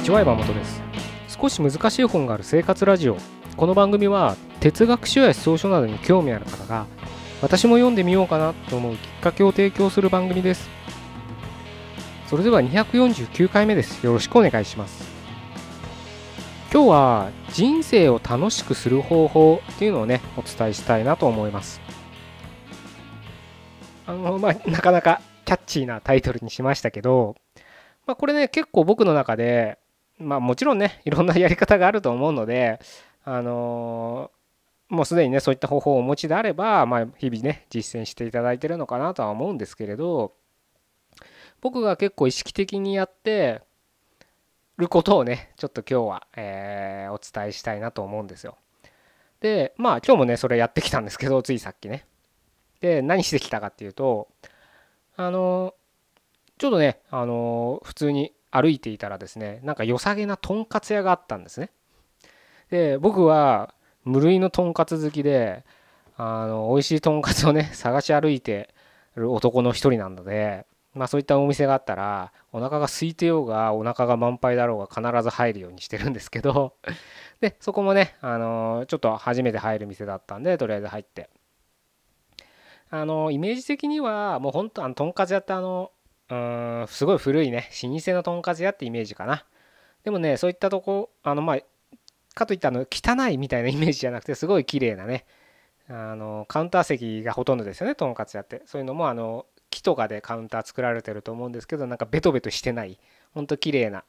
ちは、山本です。少し難しい本がある生活ラジオ。この番組は哲学書や思想書などに興味ある方が私も読んでみようかなと思うきっかけを提供する番組です。それでは249回目です。よろしくお願いします。今日は人生を楽しくする方法っていうのをねお伝えしたいなと思います。なかなかキャッチーなタイトルにしましたけど、これね結構僕の中でもちろんねいろんなやり方があると思うので、もうすでにねそういった方法をお持ちであれば、日々ね実践していただいてるのかなとは思うんですけれど、僕が結構意識的にやってることをねちょっと今日は、お伝えしたいなと思うんですよ。で今日もねそれやってきたんですけど、ついさっきね。で何してきたかっていうと、ちょっとね普通に歩いていたらですね、なんか良さげなとんかつ屋があったんですね。で僕は無類のとんかつ好きで、美味しいとんかつをね探し歩いてる男の一人なので、そういったお店があったらお腹が空いてようがお腹が満杯だろうが必ず入るようにしてるんですけど、でそこもねちょっと初めて入る店だったんでとりあえず入って、イメージ的にはもう本当とんかつ屋ってすごい古いね老舗のとんかつ屋ってイメージかな。でもねそういったとこかといって汚いみたいなイメージじゃなくて、すごい綺麗なねカウンター席がほとんどですよね、とんかつ屋って。そういうのも木とかでカウンター作られてると思うんですけど、なんかベトベトしてない、ほんと綺麗な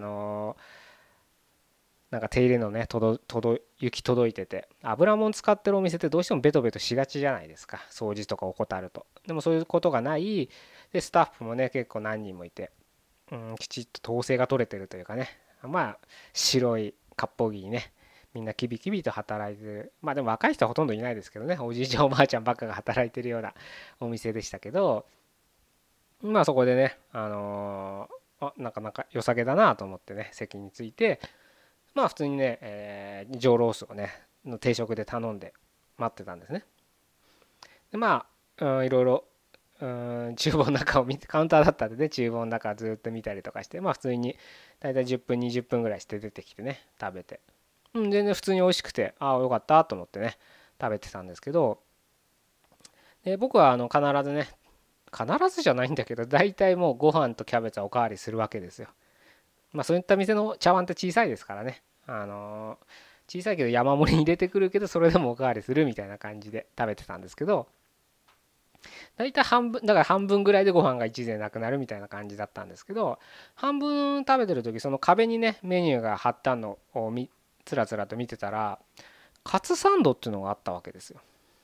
なんか手入れのね行き届いてて、油もん使ってるお店ってどうしてもベトベトしがちじゃないですか、掃除とか怠ると。でもそういうことがないで、スタッフもね結構何人もいて、きちっと統制が取れてるというかね、白い割烹着にねみんなキビキビと働いてる。でも若い人はほとんどいないですけどね、おじいちゃんおばあちゃんばっかが働いてるようなお店でしたけど、そこでねなかなか良さげだなと思ってね席に着いて、普通にね、上ロースをねの定食で頼んで待ってたんですね。でいろいろ厨房の中を見て、カウンターだったんでね厨房の中ずっと見たりとかして、普通に大体10分20分ぐらいして出てきてね食べて、全然普通に美味しくて、ああよかったと思ってね食べてたんですけど、で僕は必ずね、必ずじゃないんだけど大体もうご飯とキャベツはおかわりするわけですよ。そういった店の茶碗って小さいですからね、小さいけど山盛りに入れてくるけどそれでもおかわりするみたいな感じで食べてたんですけど、大体半分だから半分ぐらいでご飯が一膳なくなるみたいな感じだったんですけど、半分食べてる時その壁にねメニューが貼ってあるのをつらつらと見てたら、カツサンドっていうのがあったわけですよ。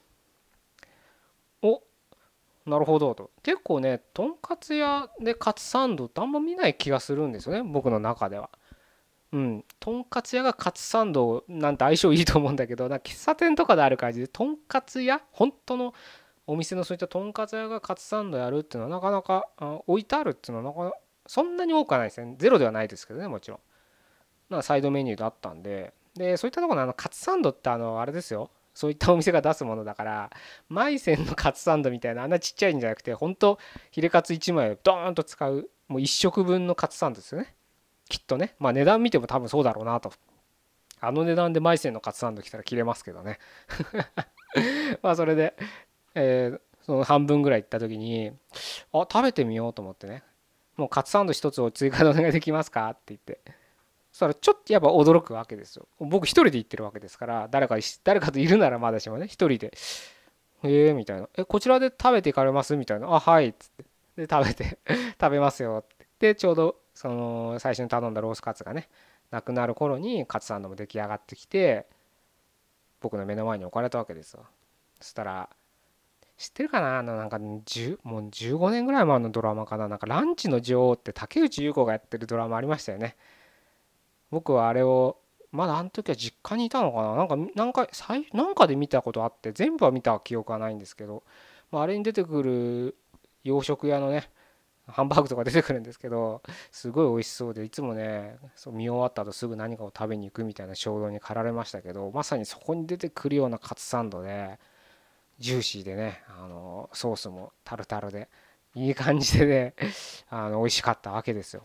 お、なるほどと。結構ねとんかつ屋でカツサンドってあんま見ない気がするんですよね、僕の中では。とんかつ屋がカツサンドなんて相性いいと思うんだけど、喫茶店とかである感じでとんかつ屋、本当のお店のそういったとんかつ屋がカツサンドやるっていうのはなかなか置いてあるっていうのはそんなに多くはないですね。ゼロではないですけどね、もちろん。サイドメニューであったんで、そういったところのカツサンドってあれですよ、そういったお店が出すものだから、マイセンのカツサンドみたいなあんなちっちゃいんじゃなくて、本当ヒレカツ1枚をドーンと使うもう1食分のカツサンドですよね、きっとね。値段見ても多分そうだろうなと。あの値段でマイセンのカツサンド来たら切れますけどね。それで、その半分ぐらい行った時に、食べてみようと思ってね、もうカツサンド一つを追加でお願いできますかって言って、そしたらちょっとやっぱ驚くわけですよ。僕一人で行ってるわけですから、誰かといるならまだしもね、一人で、みたいな、こちらで食べていかれますみたいな、はいっつって、で、食べて食べますよって。で、ちょうど、その、最初に頼んだロースカツがね、なくなる頃にカツサンドも出来上がってきて、僕の目の前に置かれたわけですよ。そしたら、知ってるかな、なんかもう15年ぐらい前のドラマかな、なんかランチの女王って竹内結子がやってるドラマありましたよね。僕はあれをまだあの時は実家にいたのかな、なんかで見たことあって、全部は見た記憶はないんですけど、あれに出てくる洋食屋のねハンバーグとか出てくるんですけど、すごい美味しそうで、いつもねそう見終わった後すぐ何かを食べに行くみたいな衝動に駆られましたけど、まさにそこに出てくるようなカツサンドでジューシーでね、ソースもタルタルでいい感じでね美味しかったわけですよ。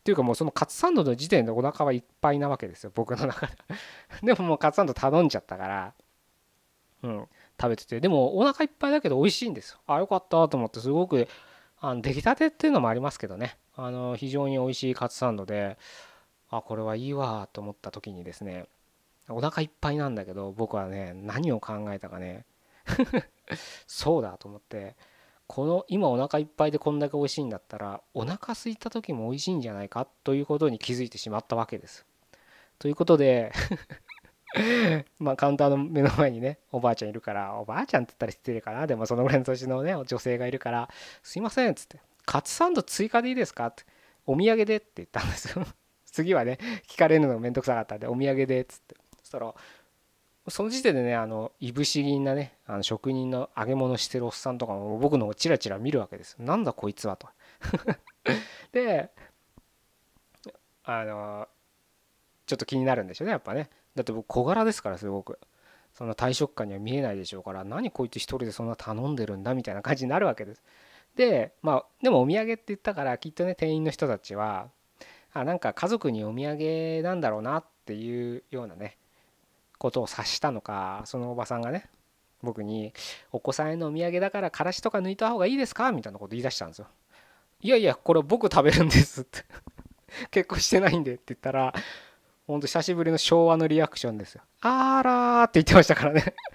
っていうかもうそのカツサンドの時点でお腹はいっぱいなわけですよ、僕の中で。でももうカツサンド頼んじゃったから、うん、食べてて、でもお腹いっぱいだけど美味しいんですよ。あ、よかったと思って、すごく出来たてっていうのもありますけどね、非常に美味しいカツサンドで、あ、これはいいわと思った時にですね、お腹いっぱいなんだけど、僕はね、何を考えたかね、そうだと思って、この今お腹いっぱいでこんだけ美味しいんだったら、お腹空いた時も美味しいんじゃないかということに気づいてしまったわけです。ということで、まあカウンターの目の前にね、おばあちゃんいるから、おばあちゃんって言ったら失礼かな、でもそのぐらいの年のね、女性がいるから、すいませんっつって、カツサンド追加でいいですかって、お土産でって言ったんですよ。次はね、聞かれるのがめんどくさかったんで、お土産でっつって。そしたら、その時点でね、いぶし銀なね、職人の揚げ物してるおっさんとかも僕のをチラチラ見るわけです。なんだこいつはと。で、あの、ちょっと気になるんでしょうね、やっぱね。だって僕小柄ですから、すごく。そんな大食感には見えないでしょうから、何こいつ一人でそんな頼んでるんだみたいな感じになるわけです。で、まあ、でもお土産って言ったから、きっとね、店員の人たちは、なんか家族にお土産なんだろうなっていうようなね、ことを察したのか、そのおばさんがね、僕に「お子さんへのお土産だからからしとか抜いた方がいいですか?」みたいなこと言い出したんですよ。いやいや、これ僕食べるんですって結婚してないんでって言ったら、ほんと久しぶりの昭和のリアクションですよ。あらーって言ってましたからね。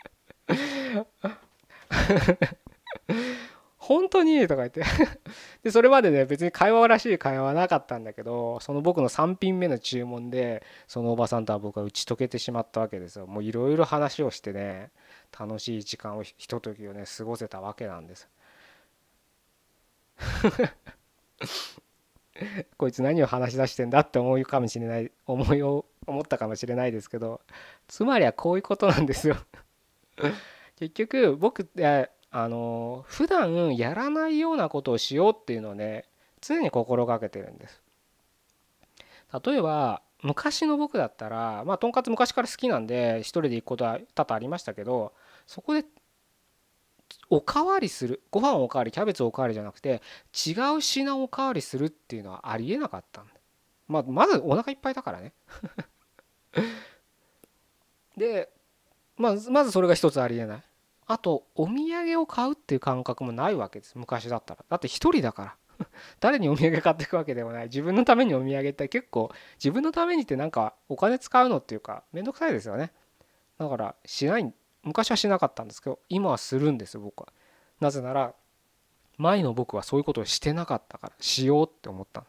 本当にとか言ってで、それまでね、別に会話らしい会話はなかったんだけど、その僕の3品目の注文で、そのおばさんとは僕は打ち解けてしまったわけですよ。もういろいろ話をしてね、楽しい時間をひとときをね、過ごせたわけなんです。こいつ何を話し出してんだって思ったかもしれないですけど、つまりはこういうことなんですよ。結局僕って普段やらないようなことをしようっていうのをね、常に心がけてるんです。例えば昔の僕だったら、まあとんかつ昔から好きなんで一人で行くことは多々ありましたけど、そこでおかわりする、ご飯おかわり、キャベツおかわりじゃなくて違う品おかわりするっていうのはありえなかったんで、まずお腹いっぱいだからね。で、まずそれが一つありえない。あとお土産を買うっていう感覚もないわけです、昔だったら。だって一人だから。誰にお土産買っていくわけでもない。自分のためにお土産って結構、自分のためにってなんかお金使うのっていうかめんどくさいですよね。だからしない、昔はしなかったんですけど、今はするんです僕は。なぜなら前の僕はそういうことをしてなかったから、しようって思ったの。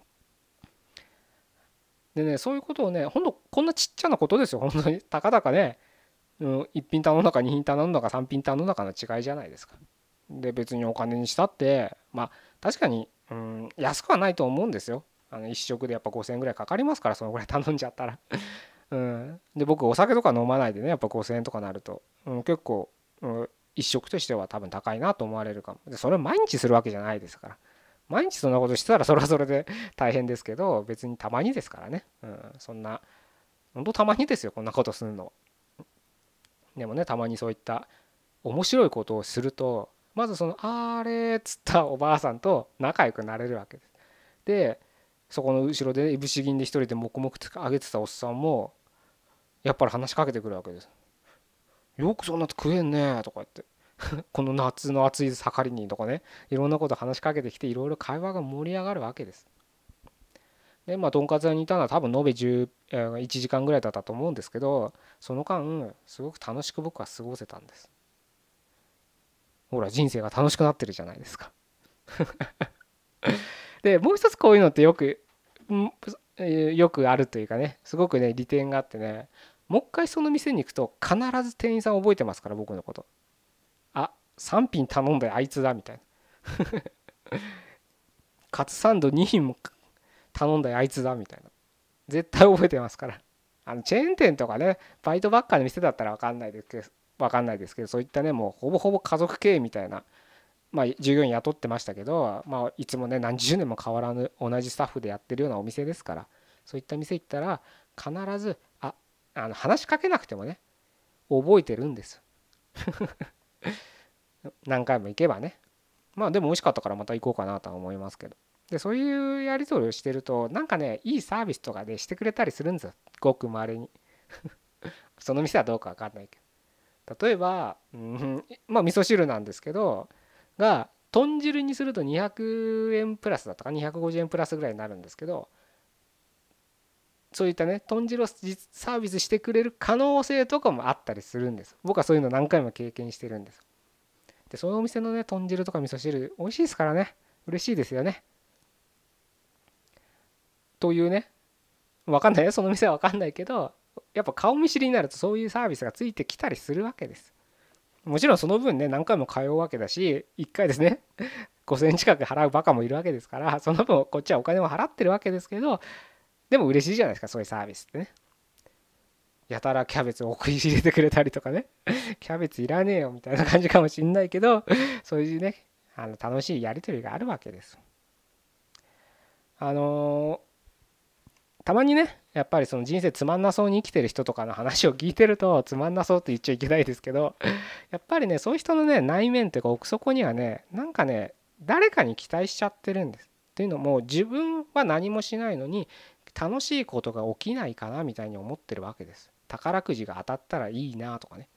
でね、そういうことをね、ほんとこんなちっちゃなことですよ、本当にたかだかね、1品頼んだか2品頼んだか3品頼んだかの違いじゃないですか。で別にお金にしたって、まあ確かに、安くはないと思うんですよ。1食でやっぱ5,000円ぐらいかかりますから、そのぐらい頼んじゃったら。で僕お酒とか飲まないでね、やっぱ5,000円とかなると、結構、1食としては多分高いなと思われるかも。でそれを毎日するわけじゃないですから。毎日そんなことしてたらそれはそれで大変ですけど、別にたまにですからね。そんな本当たまにですよ、こんなことするの。でもね、たまにそういった面白いことをすると、まずそのあれっつったおばあさんと仲良くなれるわけです。でそこの後ろでいぶし銀で一人で黙々とあげてたおっさんもやっぱり話しかけてくるわけです。よくそんな食えんねとか言って、この夏の暑い盛りにとかね、いろんなこと話しかけてきて、いろいろ会話が盛り上がるわけです。でまあとんかつ屋にいたのは多分延べ1時間ぐらいだったと思うんですけど、その間すごく楽しく僕は過ごせたんです。ほら人生が楽しくなってるじゃないですか。でもう一つこういうのってよくあるというかね、すごくね利点があってね、もう一回その店に行くと必ず店員さん覚えてますから、僕のこと。あ、3品頼んだあいつだみたいな。カツサンド2品も頼んだあいつだみたいな、絶対覚えてますから。チェーン店とかね、バイトばっかの店だったら分かんないですけど、そういったね、もうほぼほぼ家族経営みたいな、まあ従業員雇ってましたけど、まあいつもね何十年も変わらぬ同じスタッフでやってるようなお店ですから、そういった店行ったら必ず話しかけなくてもね覚えてるんです。何回も行けばね。まあでも美味しかったからまた行こうかなとは思いますけど。 でそういうやり取りをしてるとなんかねいいサービスとかでしてくれたりするんですよ、ごくまれに。その店はどうか分かんないけど、例えば、まあ味噌汁なんですけどが豚汁にすると200円プラスだったか250円プラスぐらいになるんですけど、そういったね豚汁をサービスしてくれる可能性とかもあったりするんです。僕はそういうの何回も経験してるんです。でそのお店のね豚汁とか味噌汁美味しいですからね、嬉しいですよね。というね、分かんないよ、その店は分かんないけど、やっぱ顔見知りになるとそういうサービスがついてきたりするわけです。もちろんその分ね何回も通うわけだし、1回ですね5000円近く払うバカもいるわけですから、その分こっちはお金を払ってるわけですけど、でも嬉しいじゃないですか、そういうサービスってね。やたらキャベツを送り入れてくれたりとかね、キャベツいらねえよみたいな感じかもしんないけど、そういうね楽しいやり取りがあるわけです。たまにねやっぱりその人生つまんなそうに生きてる人とかの話を聞いてると、つまんなそうって言っちゃいけないですけど、やっぱりねそういう人のね内面というか奥底にはねなんかね誰かに期待しちゃってるんです。っていうのも自分は何もしないのに楽しいことが起きないかなみたいに思ってるわけです。宝くじが当たったらいいなとかね、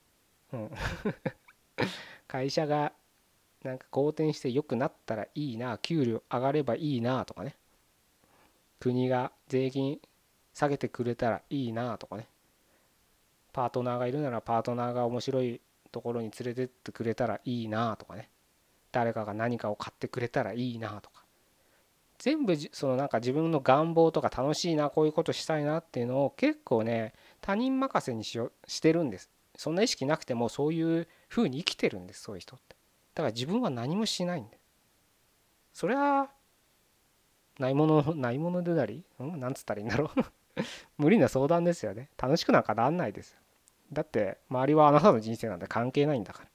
会社がなんか好転して良くなったらいいな、給料上がればいいなとかね、国が税金下げてくれたらいいなとかね、パートナーがいるならパートナーが面白いところに連れてってくれたらいいなとかね、誰かが何かを買ってくれたらいいなとか、全部そのなんか自分の願望とか楽しいなこういうことしたいなっていうのを結構ね他人任せにしてるんです。そんな意識なくてもそういう風に生きてるんです、そういう人って。だから自分は何もしないんで、それはないものでなり、なんつったらいいんだろう無理な相談ですよね。楽しくなんかなんないですよ。だって周りはあなたの人生なんて関係ないんだから。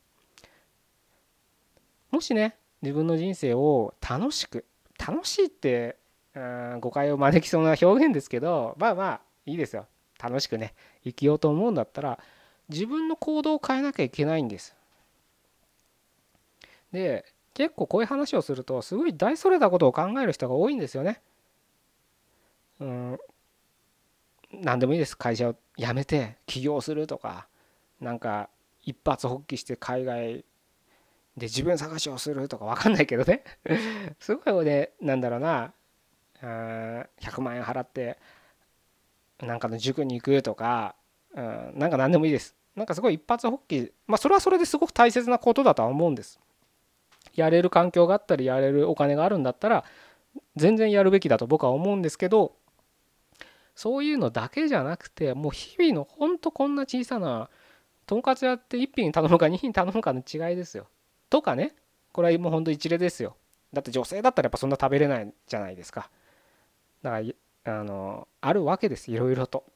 もしね自分の人生を楽しく、楽しいって誤解を招きそうな表現ですけど、まあまあいいですよ、楽しくね生きようと思うんだったら自分の行動を変えなきゃいけないんです。で結構こういう話をするとすごい大それたことを考える人が多いんですよね。何でもいいです。会社を辞めて起業するとか、なんか一発発起して海外で自分探しをするとか分かんないけどねすごいね、なんだろうな、100万円払ってなんかの塾に行くとか、なんか何でもいいです。なんかすごい一発発起、まあそれはそれですごく大切なことだとは思うんです。やれる環境があったりやれるお金があるんだったら全然やるべきだと僕は思うんですけど、そういうのだけじゃなくて、もう日々のほんとこんな小さなとんかつ屋って1品頼むか2品頼むかの違いですよ。とかね、これはもうほんと一例ですよ。だって女性だったらやっぱそんな食べれないじゃないですか。だからあるわけです、いろいろと。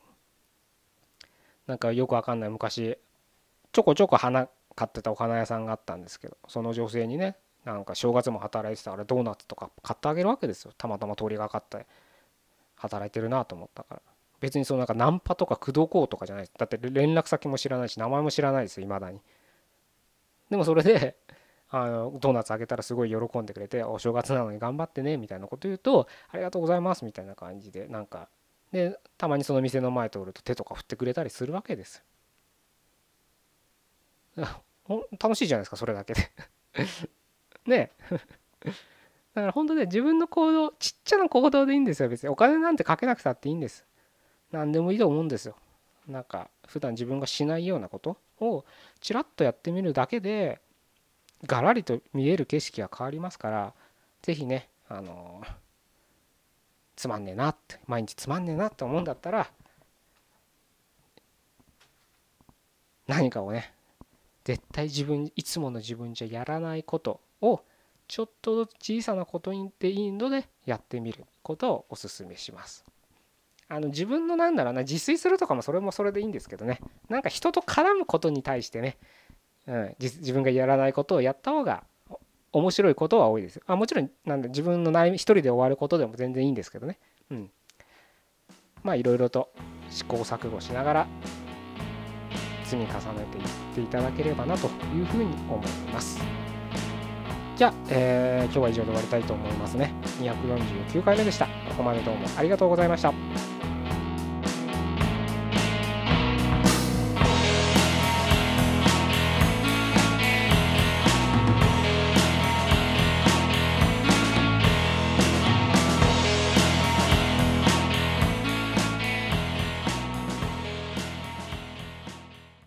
なんかよくわかんない昔ちょこちょこ花買ってたお花屋さんがあったんですけど、その女性にねなんか正月も働いてたからドーナツとか買ってあげるわけですよ。たまたま通りがかって働いてるなと思ったから。別にそのなんかナンパとか口説こうとかじゃないです。だって連絡先も知らないし名前も知らないですよ、未だに。でもそれでドーナツあげたらすごい喜んでくれて、お正月なのに頑張ってねみたいなこと言うと、ありがとうございますみたいな感じで、なんかでたまにその店の前通ると手とか振ってくれたりするわけです。楽しいじゃないですか、それだけでね。だから本当ね、自分の行動、ちっちゃな行動でいいんですよ。別にお金なんてかけなくたっていいんです。何でもいいと思うんですよ。なんか普段自分がしないようなことをちらっとやってみるだけでガラリと見える景色が変わりますから、ぜひねつまんねえなって毎日つまんねえなって思うんだったら、何かをね絶対いつもの自分じゃやらないことをちょっと小さなことでいいのでやってみることをお勧めします。自分のなんだろうな、自炊するとかもそれもそれでいいんですけどね、なんか人と絡むことに対してね、自分がやらないことをやった方が面白いことは多いです。もちろんなんだ自分の一人で終わることでも全然いいんですけどね。まあいろいろと試行錯誤しながら積み重ねていっていただければなというふうに思います。じゃあじゃあ、今日は以上で終わりたいと思いますね。249回目でした。ここまでどうもありがとうございました。